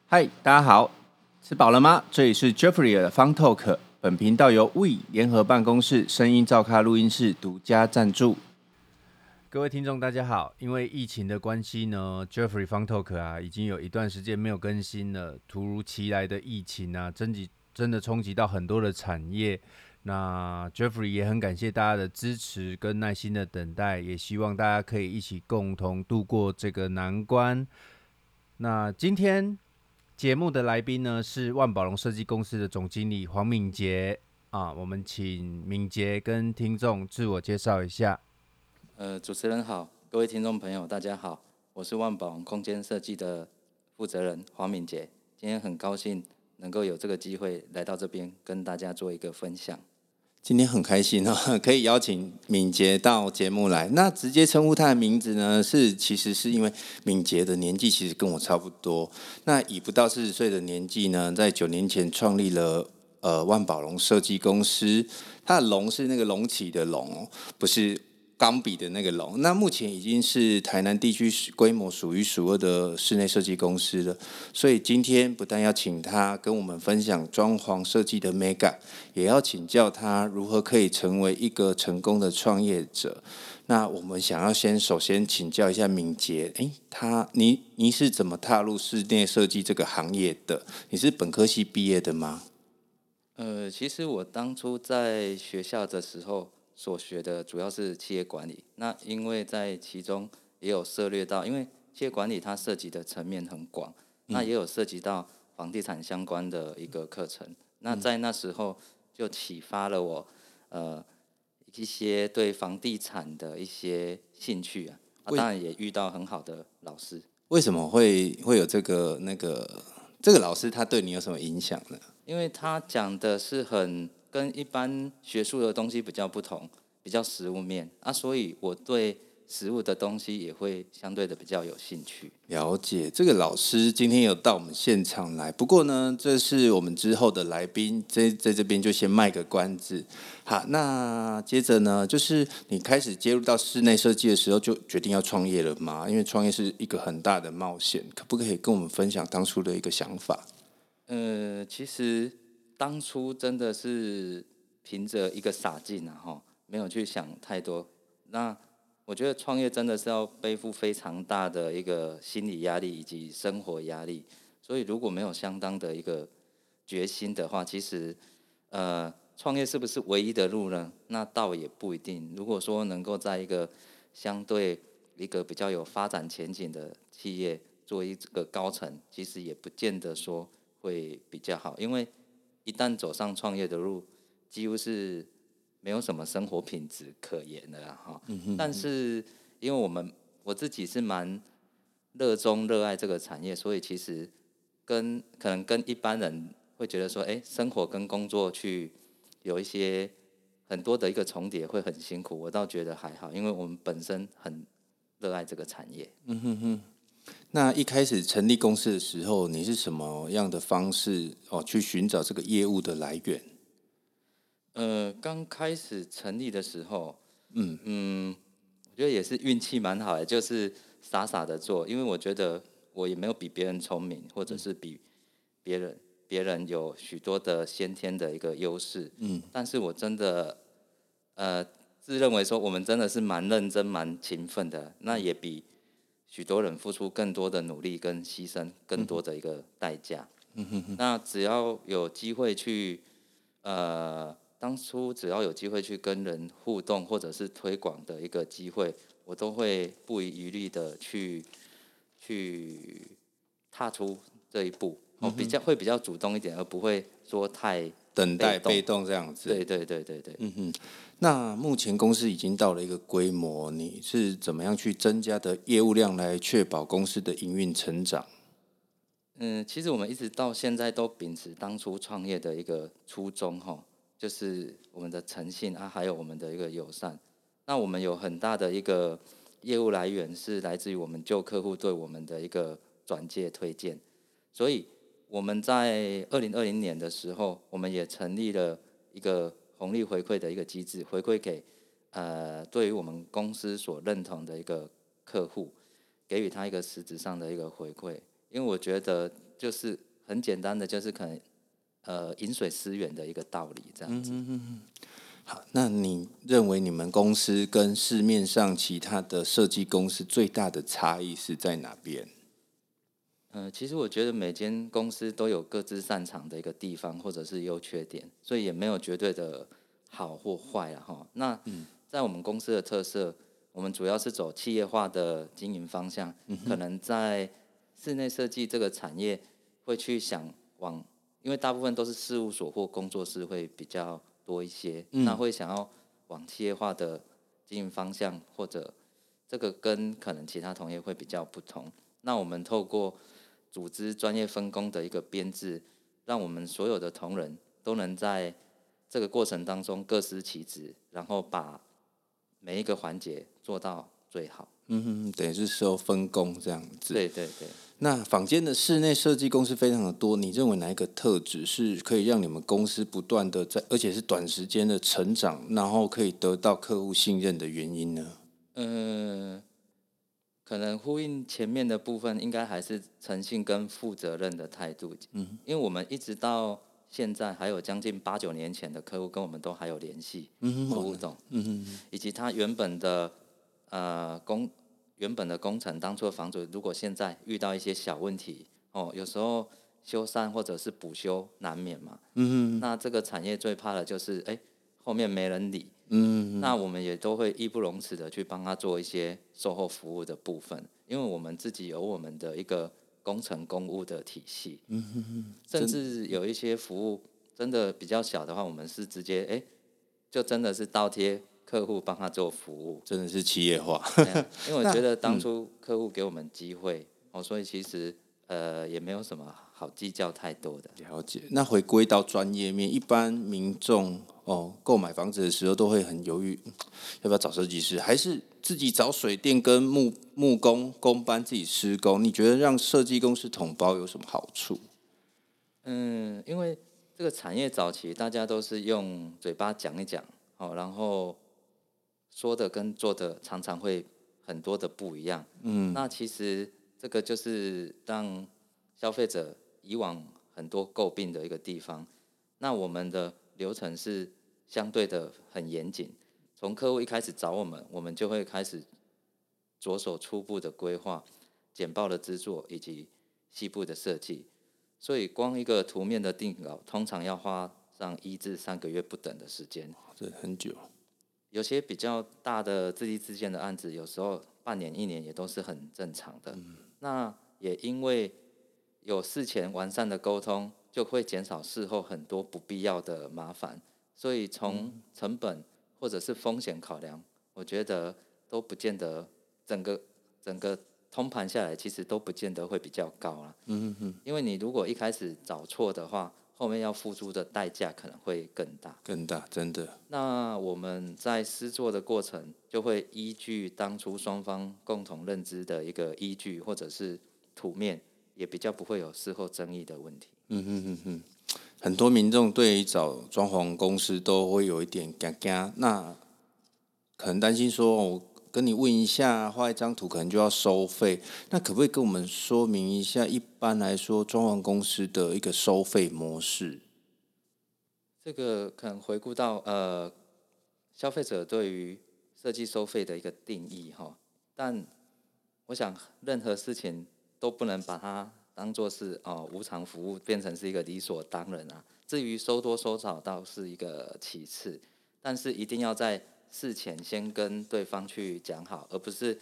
嗨，大家好，吃饱了吗？这里是 Jeffrey 的 Fun Talk， 本频道由 We 联合办公室声音照咖录音室独家赞助。各位听众大家好，因为疫情的关系呢 ，Jeffrey Fun Talk 已经有一段时间没有更新了。突如其来的疫情真的冲击到很多的产业。那 Jeffrey 也很感谢大家的支持跟耐心的等待，也希望大家可以一起共同度过这个难关。那今天节目的来宾呢是万宝龙设计公司的总经理黄敏杰啊，我们请敏杰跟听众自我介绍一下。 主持人好，各位听众朋友大家好，我是万宝龙空间设计的负责人黄敏杰，今天很高兴能够有这个机会来到这边跟大家做一个分享。 今天很开心哦，可以邀请敏杰到节目来。那直接称呼他的名字呢，其实是因为敏杰的年纪其实跟我差不多。那以不到40岁的年纪呢，在9年前创立了万宝龙设计公司。它的龙是那个龙起的龙哦，不是钢笔的那个龙。那目前已经是台南地区规模数一数二的室内设计公司了。所以今天不但要请他跟我们分享装潢设计的美感，也要请教他如何可以成为一个成功的创业者。那我们想要首先请教一下敏杰，你是怎么踏入室内设计这个行业的？你是本科系毕业的吗？ 其实我当初在学校的时候所学的主要是企业管理，那因为在其中也有涉猎到，因为企业管理它涉及的层面很广，那也有涉及到房地产相关的一个课程，那在那时候就启发了我一些对房地产的一些兴趣啊，当然也遇到很好的老师。 为什么会有这个老师他对你有什么影响呢？ 因为他讲的是跟一般学术的东西比较不同，比较实务面啊，所以我对实务的东西也会相对的比较有兴趣。 了解，这个老师今天有到我们现场来，不过呢，这是我们之后的来宾，在这边就先卖个关子。好，那接着呢，就是你开始接入到室内设计的时候，就决定要创业了吗？因为创业是一个很大的冒险，可不可以跟我们分享当初的一个想法？ 其实当初真的是凭着一个傻劲啊，没有去想太多。那我觉得创业真的是要背负非常大的一个心理压力以及生活压力，所以如果没有相当的一个决心的话，其实创业是不是唯一的路呢？那倒也不一定。如果说能够在相对一个比较有发展前景的企业做一个高层，其实也不见得说会比较好，因为一旦走上创业的路，几乎是没有什么生活品质可言的啦哈。但是因为我自己是蛮热爱这个产业，所以其实可能跟一般人会觉得说，生活跟工作去有一些很多的一个重叠，会很辛苦。我倒觉得还好，因为我们本身很热爱这个产业。 那一开始成立公司的时候，你是什么样的方式去寻找这个业务的来源？ 刚开始成立的时候，我觉得也是运气蛮好的，就是傻傻的做，因为我觉得我也没有比别人聪明，或者是比别人有许多的先天的一个优势，但是我真的自认为说我们真的是蛮认真、蛮勤奋的，那也比许多人付出更多的努力跟牺牲，更多的一个代价。那只要有机会去，当初只要有机会去跟人互动或者是推广的一个机会，我都会不遗余力的去踏出这一步，比较主动一点，而不会说太等待被被动。 动这样子。 对对对对对。 那目前公司已经到了一个规模，你是怎么样去增加的业务量来确保公司的营运成长？ 其实我们一直到现在都秉持当初创业的一个初衷，就是我们的诚信啊，还有我们的一个友善。那我们有很大的一个业务来源是来自于我们旧客户对我们的一个转介推荐，所以我们在2020年的时候，我们也成立了一个红利回馈的一个机制，回馈给对于我们公司所认同的一个客户，给予他一个实质上的一个回馈。因为我觉得就是很简单的，就是可能饮水思源的一个道理这样子。 好，那你认为你们公司跟市面上其他的设计公司最大的差异是在哪边？ 其实我觉得每间公司都有各自擅长的一个地方或者是优缺点，所以也没有绝对的好或坏了哈。那在我们公司的特色，我们主要是走企业化的经营方向，可能在室内设计这个产业会去想往，因为大部分都是事务所或工作室会比较多一些，那会想要往企业化的经营方向，或者这个跟可能其他同业会比较不同。那我们透过组织专业分工的一个编制，让我们所有的同仁都能在这个过程当中各司其职，然后把每一个环节做到最好。 等于是说分工这样子。 对对对。 那坊间的室内设计公司非常的多，你认为哪一个特质是可以让你们公司不断的在，而且是短时间的成长，然后可以得到客户信任的原因呢？ 可能呼应前面的部分，应该还是诚信跟负责任的态度。因为我们一直到现在还有将近8、9年前的客户跟我们都还有联系，互动，以及他原本的工程当初的房主，如果现在遇到一些小问题，有时候修缮或者是补修难免嘛。那这个产业最怕的就是，后面没人理。那我们也都会义不容辞的去帮他做一些售后服务的部分，因为我们自己有我们的一个工程公务的体系。甚至有一些服务真的比较小的话，我们是直接就真的是倒贴客户帮他做服务。 真的是企业化。 因为我觉得当初客户给我们机会，所以其实也没有什么好计较太多的。 了解。那回归到专业面，一般民众购买房子的时候都会很犹豫，要不要找设计师，还是自己找水电跟木工工班自己施工？你觉得让设计公司统包有什么好处？ 因为这个产业早期大家都是用嘴巴讲一讲，然后说的跟做的常常会很多的不一样。那其实这个就是让消费者以往很多诟病的一个地方。那我们的流程是相对的很严谨，从客户一开始找我们，我们就会开始着手初步的规划、简报的制作以及细部的设计。所以光一个图面的定稿，通常要花上1至3个月不等的时间。 这很久。 有些比较大的自立自建的案子，有时候半年、1年也都是很正常的。那也因为有事前完善的沟通，就会减少事后很多不必要的麻烦。所以从成本或者是风险考量，我觉得都不见得整个通盘下来，其实都不见得会比较高啦。因为你如果一开始找错的话，后面要付出的代价可能会更大。 更大，真的。 那我们在施作的过程，就会依据当初双方共同认知的一个依据，或者是图面，也比较不会有事后争议的问题。 很多民众对于找装潢公司都会有一点尴尬，那可能担心说，我跟你问一下，画一张图可能就要收费，那可不可以跟我们说明一下，一般来说装潢公司的一个收费模式？ 这个可能回顾到消费者对于设计收费的一个定义哈，但我想任何事情都不能把它当做是无偿服务，变成是一个理所当然啊。至于收多收少倒是一个其次，但是一定要在事前先跟对方去讲好，而不是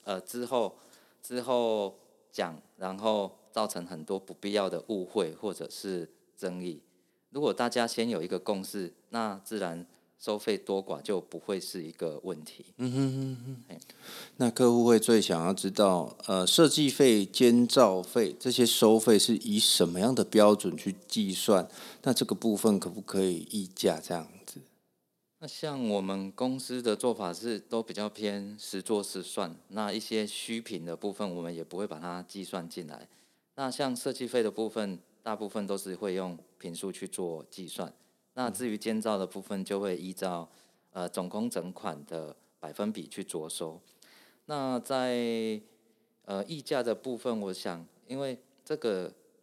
之后讲，然后造成很多不必要的误会或者是争议。如果大家先有一个共识，那自然收费多寡就不会是一个问题。 那客户会最想要知道，设计费、监造费这些收费是以什么样的标准去计算？那这个部分可不可以议价这样子？ 那像我们公司的做法是都比较偏实做实算，那一些虚品的部分我们也不会把它计算进来。那像设计费的部分，大部分都是会用坪数去做计算。那至于监造的部分，就会依照总工整款的1%去着收。那在议价的部分，我想因为这个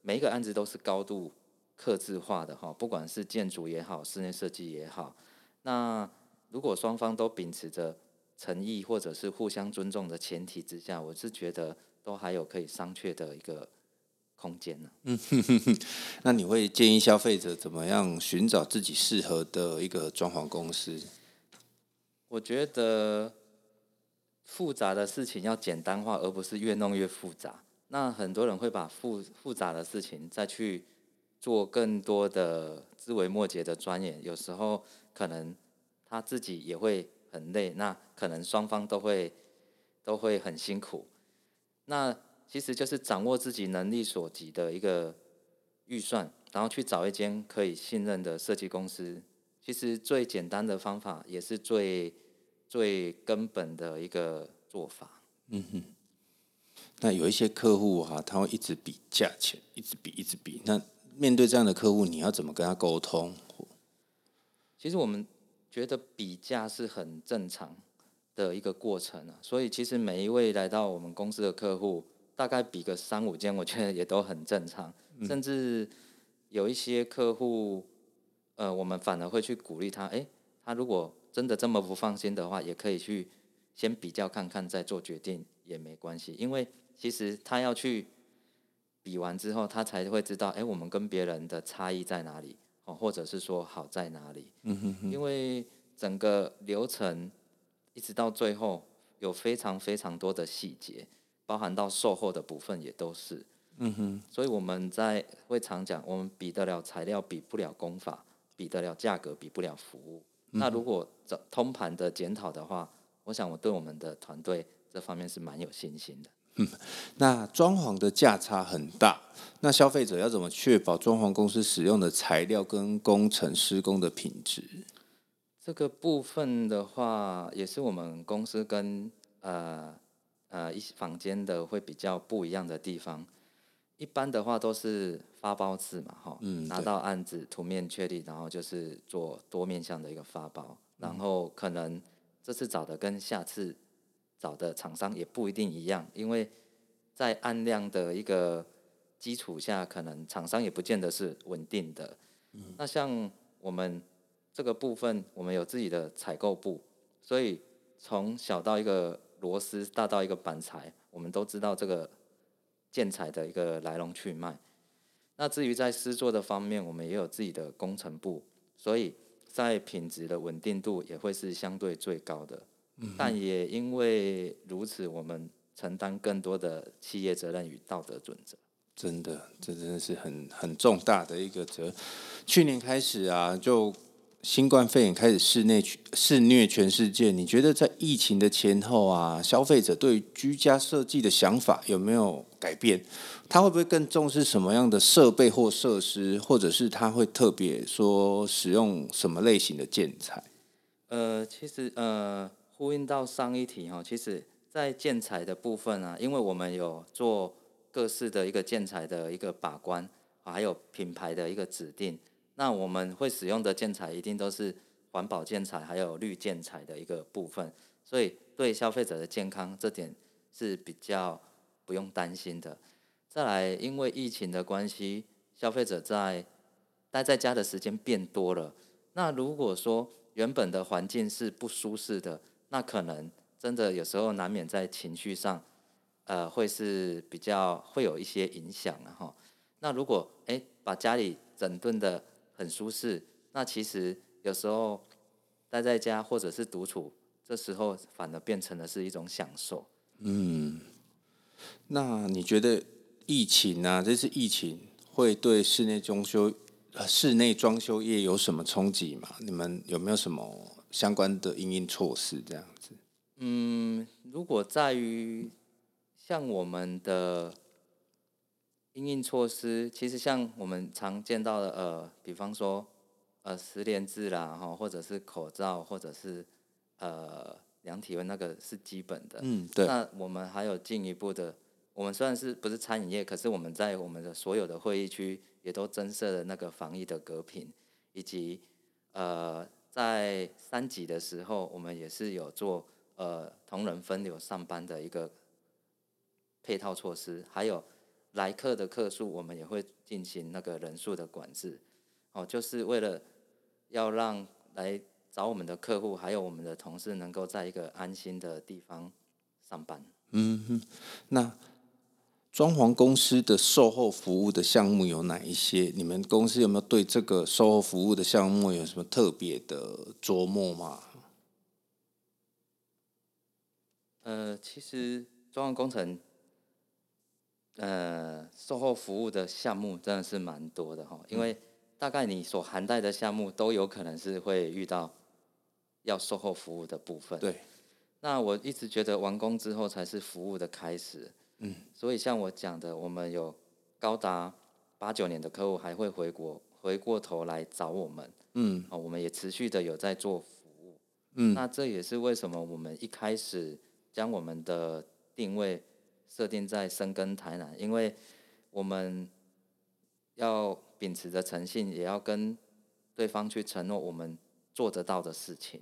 每一个案子都是高度客制化的哈，不管是建筑也好，室内设计也好。那如果双方都秉持着诚意或者是互相尊重的前提之下，我是觉得都还有可以商榷的一个空间呢。 那你会建议消费者怎么样寻找自己适合的一个装潢公司？ 我觉得复杂的事情要简单化，而不是越弄越复杂。那很多人会把复杂的事情再去做更多的枝微末节的钻研，有时候可能他自己也会很累，那可能双方都会很辛苦。那其实就是掌握自己能力所及的一个预算，然后去找一间可以信任的设计公司。其实最简单的方法，也是最根本的一个做法。 那有一些客户啊，他会一直比价钱，一直比，一直比。那面对这样的客户，你要怎么跟他沟通？ 其实我们觉得比价是很正常的一个过程啊，所以其实每一位来到我们公司的客户，大概比个3-5间，我觉得也都很正常。甚至有一些客户，我们反而会去鼓励他，他如果真的这么不放心的话，也可以去先比较看看，再做决定也没关系。因为其实他要去比完之后，他才会知道，我们跟别人的差异在哪里，或者是说好在哪里。因为整个流程一直到最后，有非常非常多的细节，包含到售后的部分也都是。所以我们会常讲，我们比得了材料，比不了工法；比得了价格，比不了服务。那如果通盘的检讨的话，我想我对我们的团队这方面是蛮有信心的。 那装潢的价差很大，那消费者要怎么确保装潢公司使用的材料跟工程施工的品质？ 这个部分的话，也是我们公司跟一些坊间的会比较不一样的地方。一般的话都是发包制嘛，拿对， 到案子图面确立，然后就是做多面向的一个发包，然后可能这次找的跟下次找的厂商也不一定一样，因为在案量的一个基础下，可能厂商也不见得是稳定的。那像我们这个部分，我们有自己的采购部，所以从小到一个螺丝，大到一个板材，我们都知道这个建材的一个来龙去脉。那至于在施作的方面，我们也有自己的工程部，所以在品质的稳定度也会是相对最高的。但也因为如此，我们承担更多的企业责任与道德准则。 真的，这真的是很重大的一个责任。去年开始啊，就新冠肺炎开始肆虐全世界。你觉得在疫情的前后啊，消费者对居家设计的想法有没有改变？他会不会更重视什么样的设备或设施，或者是他会特别说使用什么类型的建材？ 其实呼应到上一题哈，其实在建材的部分啊，因为我们有做各式的一个建材的一个把关，还有品牌的一个指定，那我们会使用的建材一定都是环保建材，还有绿建材的一个部分，所以对消费者的健康这点是比较不用担心的。再来，因为疫情的关系，消费者待在家的时间变多了。那如果说原本的环境是不舒适的，那可能真的有时候难免在情绪上，会是比较会有一些影响哈。那如果把家里整顿的很舒适，那其实有时候待在家或者是独处，这时候反而变成了是一种享受。 那你觉得疫情啊，这次疫情会对室内装修业有什么冲击吗？你们有没有什么相关的因应措施？这样子？ 如果在于像我们的因应措施，其实像我们常见到的，比方说，实联制啦，或者是口罩，或者是量体温，那个是基本的。 对， 那我们还有进一步的，我们虽然不是餐饮业，可是我们在我们的所有的会议区也都增设了那个防疫的隔屏，以及在3级的时候，我们也是有做同仁分流上班的一个配套措施，还有来客的客数，我们也会进行那个人数的管制，就是为了要让来找我们的客户还有我们的同事能够在一个安心的地方上班。 那装潢公司的售后服务的项目有哪一些？你们公司有没有对这个售后服务的项目有什么特别的琢磨吗？ 其实装潢工程，售后服务的项目真的是蛮多的哈，因为大概你所涵盖的项目都有可能是会遇到要售后服务的部分。 对， 那我一直觉得完工之后才是服务的开始。所以像我讲的，我们有高达8、9年的客户还会回过头来找我们。我们也持续的有在做服务。那这也是为什么我们一开始将我们的定位设定在深耕台南，因为我们要秉持着诚信，也要跟对方去承诺我们做得到的事情。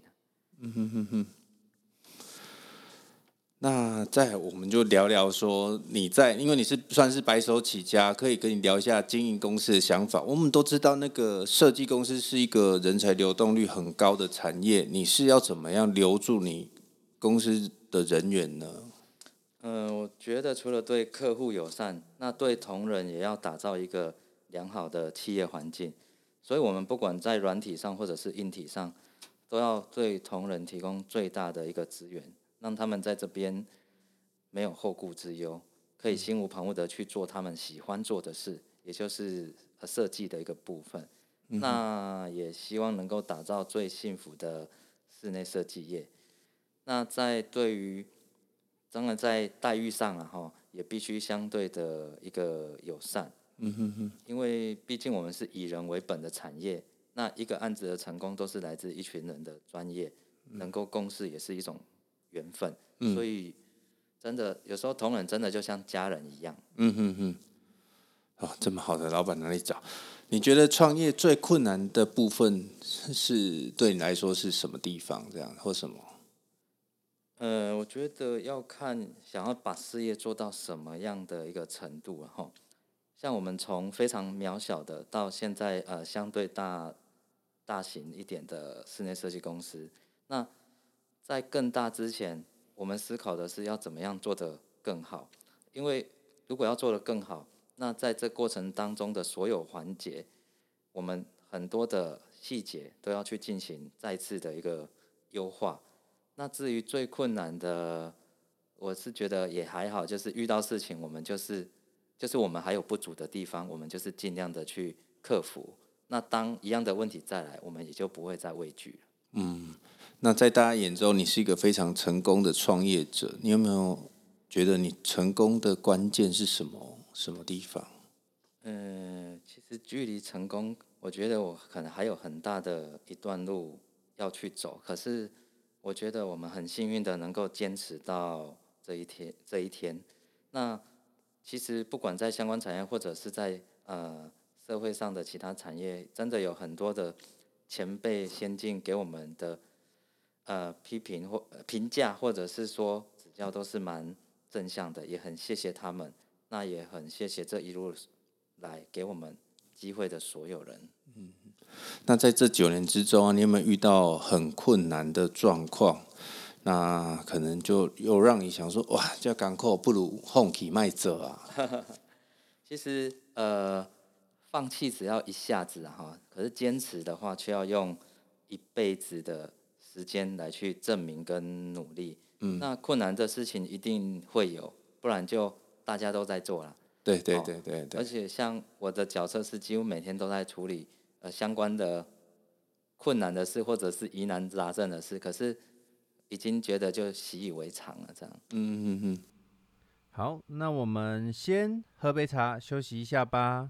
那再来我们就聊聊说因为你是算是白手起家，可以跟你聊一下经营公司的想法。我们都知道那个设计公司是一个人才流动率很高的产业，你是要怎么样留住你公司的人员呢？ 我觉得除了对客户友善，那对同仁也要打造一个良好的企业环境。所以我们不管在软体上或者是硬体上，都要对同仁提供最大的一个资源，让他们在这边没有后顾之忧，可以心无旁骛的去做他们喜欢做的事，也就是设计的一个部分。那也希望能够打造最幸福的室内设计业。那对于当然在待遇上也必须相对的一个友善。因为毕竟我们是以人为本的产业，那一个案子的成功都是来自一群人的专业，能够共事也是一种缘分。所以真的有时候同仁真的就像家人一样。 这么好的老板哪里找？你觉得创业最困难的部分是对你来说是什么地方？这样或什么？ 我觉得要看想要把事业做到什么样的一个程度像我们从非常渺小的到现在相对大型一点的室内设计公司，那在更大之前，我们思考的是要怎么样做得更好。因为如果要做得更好，那在这过程当中的所有环节，我们很多的细节都要去进行再次的一个优化。那至于最困难的，我是觉得也还好，就是遇到事情我们就是我们还有不足的地方，我们就是尽量的去克服。那当一样的问题再来，我们也就不会再畏惧了。 那在大家眼中，你是一个非常成功的创业者，你有没有觉得你成功的关键是什么地方？ 其实距离成功，我觉得我可能还有很大的一段路要去走。可是我觉得我们很幸运的能够坚持到这一天。那其实不管在相关产业或者是在社会上的其他产业，真的有很多的前辈先进给我们的批评或评价，或者是说指教，都是蛮正向的，也很谢谢他们。那也很谢谢这一路来给我们机会的所有人。 那在这9年之中你有没有遇到很困难的状况？那可能就又让你想说，哇，这艰苦不如放弃卖做啊。 其实放弃只要一下子可是坚持的话却要用一辈子的时间来去证明跟努力。那困难的事情一定会有，不然就大家都在做啦。 对。 而且像我的角色是几乎每天都在处理相关的困难的事，或者是疑难杂症的事，可是已经觉得就习以为常了这样。 好，那我们先喝杯茶休息一下吧。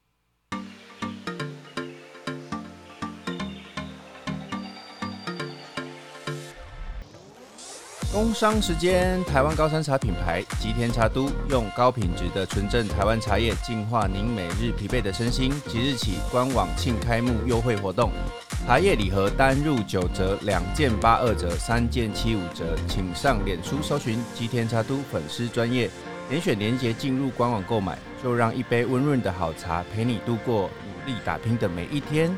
工商时间，台湾高山茶品牌吉田茶都用高品质的纯正台湾茶叶净化您每日疲惫的身心。即日起官网庆开幕优惠活动，茶叶礼盒单入9折，2件82折，3件75折，请上脸书搜寻吉田茶都粉丝专页，点选连结进入官网购买， 就让一杯温润的好茶陪你度过努力打拼的每一天。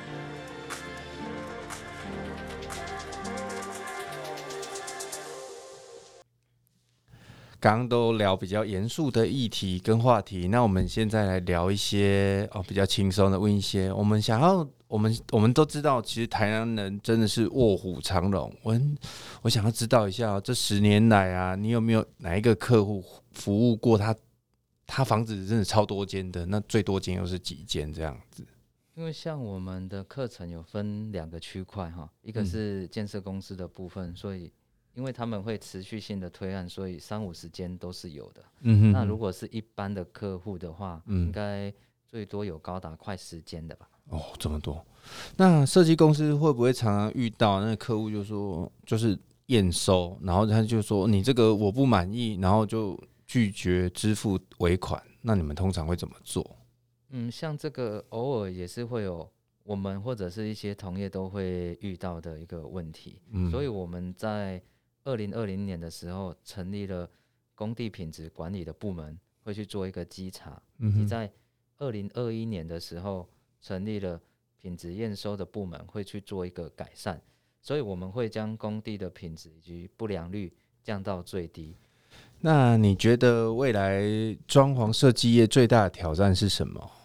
刚刚都聊比较严肃的议题跟话题，那我们现在来聊一些比较轻松的，问一些我们都知道，其实台南人真的是卧虎藏龙。我想要知道一下，这10年来啊，你有没有哪一个客户服务过他房子真的超多间的？那最多间又是几间这样子？ 因为像我们的课程有分2个区块哈，一个是建设公司的部分，所以因为他们会持续性的推案，所以30-50间都是有的。那如果是一般的客户的话，应该最多有高达快10间的吧。 这么多。那设计公司会不会常常遇到那个客户就说就是验收，然后他就说你这个我不满意，然后就拒绝支付尾款？那你们通常会怎么做？ 像这个偶尔也是会有我们或者是一些同业都会遇到的一个问题。所以我们在2020年的时候成立了工地品质管理的部门，会去做一个稽查，以及在2021年的时候成立了品质验收的部门，会去做一个改善。所以我们会将工地的品质以及不良率降到最低。 那你觉得未来装潢设计业最大的挑战是什么？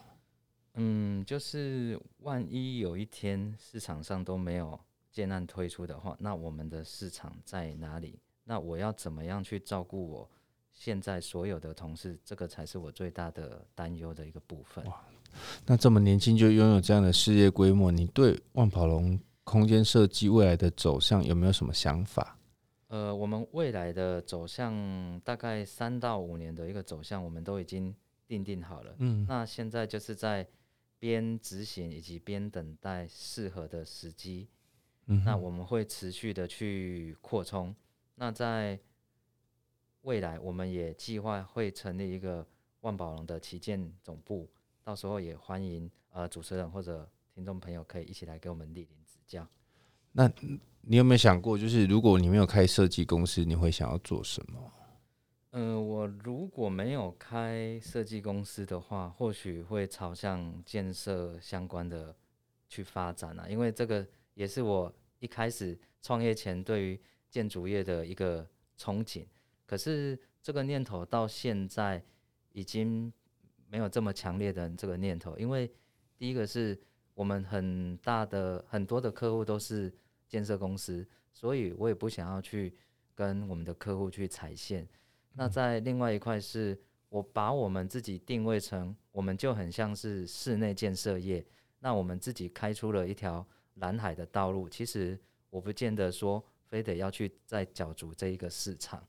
就是万一有一天市场上都没有建案推出的话，那我们的市场在哪里？那我要怎么样去照顾我现在所有的同事？这个才是我最大的担忧的一个部分。 那这么年轻就拥有这样的事业规模，你对万宝龙空间设计未来的走向有没有什么想法？ 我们未来的走向大概3到5年的一个走向，我们都已经定好了。那现在就是在边执行以及边等待适合的时机。那我们会持续的去扩充。那在未来，我们也计划会成立一个万宝龙的旗舰总部，到时候也欢迎主持人或者听众朋友可以一起来给我们莅临指教。 那你有没有想过，就是如果你没有开设计公司，你会想要做什么？ 我如果没有开设计公司的话，或许会朝向建设相关的去发展因为这个也是我一开始创业前对于建筑业的一个憧憬。可是这个念头到现在已经没有这么强烈的这个念头，因为第一个是我们很多的客户都是建设公司，所以我也不想要去跟我们的客户去踩线。那在另外一块是我把我们自己定位成我们就很像是室内建设业，那我们自己开出了一条蓝海的道路，其实我不见得说非得要去再角逐这一个市场。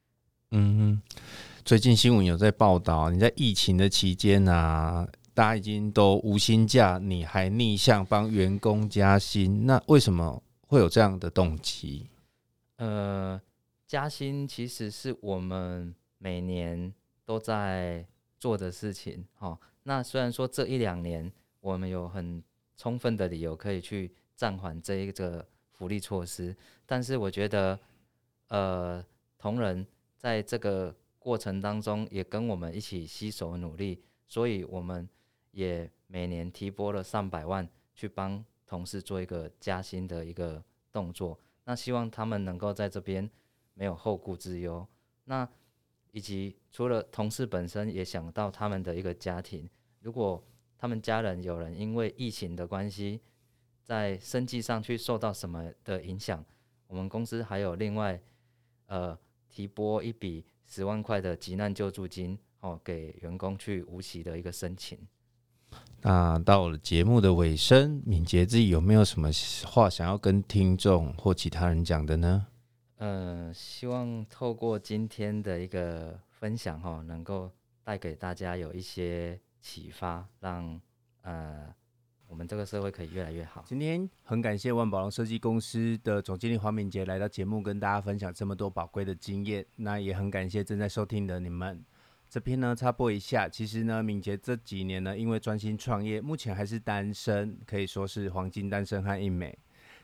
最近新闻有在报道，你在疫情的期间啊，大家已经都无薪假，你还逆向帮员工加薪，那为什么会有这样的动机？ 加薪其实是我们每年都在做的事情。那虽然说这1-2年我们有很充分的理由可以去暂缓这一个福利措施，但是我觉得同仁在这个过程当中也跟我们一起携手努力，所以我们也每年提拨了300万去帮同事做一个加薪的一个动作。那希望他们能够在这边没有后顾之忧，那以及除了同事本身也想到他们的一个家庭，如果他们家人有人因为疫情的关系在生计上去受到什么的影响，我们公司还有另外提拨一笔10万块的急难救助金给员工去无息的一个申请。 那到了节目的尾声，敏捷自己有没有什么话想要跟听众或其他人讲的呢？ 希望透过今天的一个分享能够带给大家有一些启发，让我们这个社会可以越来越好。 今天很感谢万宝龙设计公司的总经理黄敏捷来到节目，跟大家分享这么多宝贵的经验。那也很感谢正在收听的你们。这篇呢插播一下，其实呢敏捷这几年呢因为专心创业，目前还是单身，可以说是黄金单身和一枚。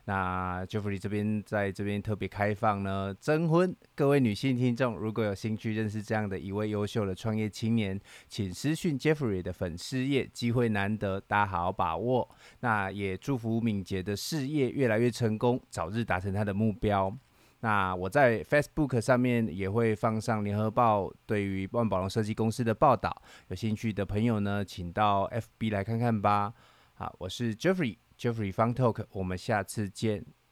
那 Jeffrey 这边在这边特别开放呢征婚，各位女性听众如果有兴趣认识这样的一位优秀的创业青年，请私讯 Jeffrey 的粉丝页，机会难得，大家好好把握。那也祝福敏捷的事业越来越成功，早日达成他的目标。那我在 Facebook 上面也会放上联合报对于万宝龙设计公司的报道，有兴趣的朋友呢，请到 FB 来看看吧。好，我是 Jeffrey Fun Talk，我们下次见。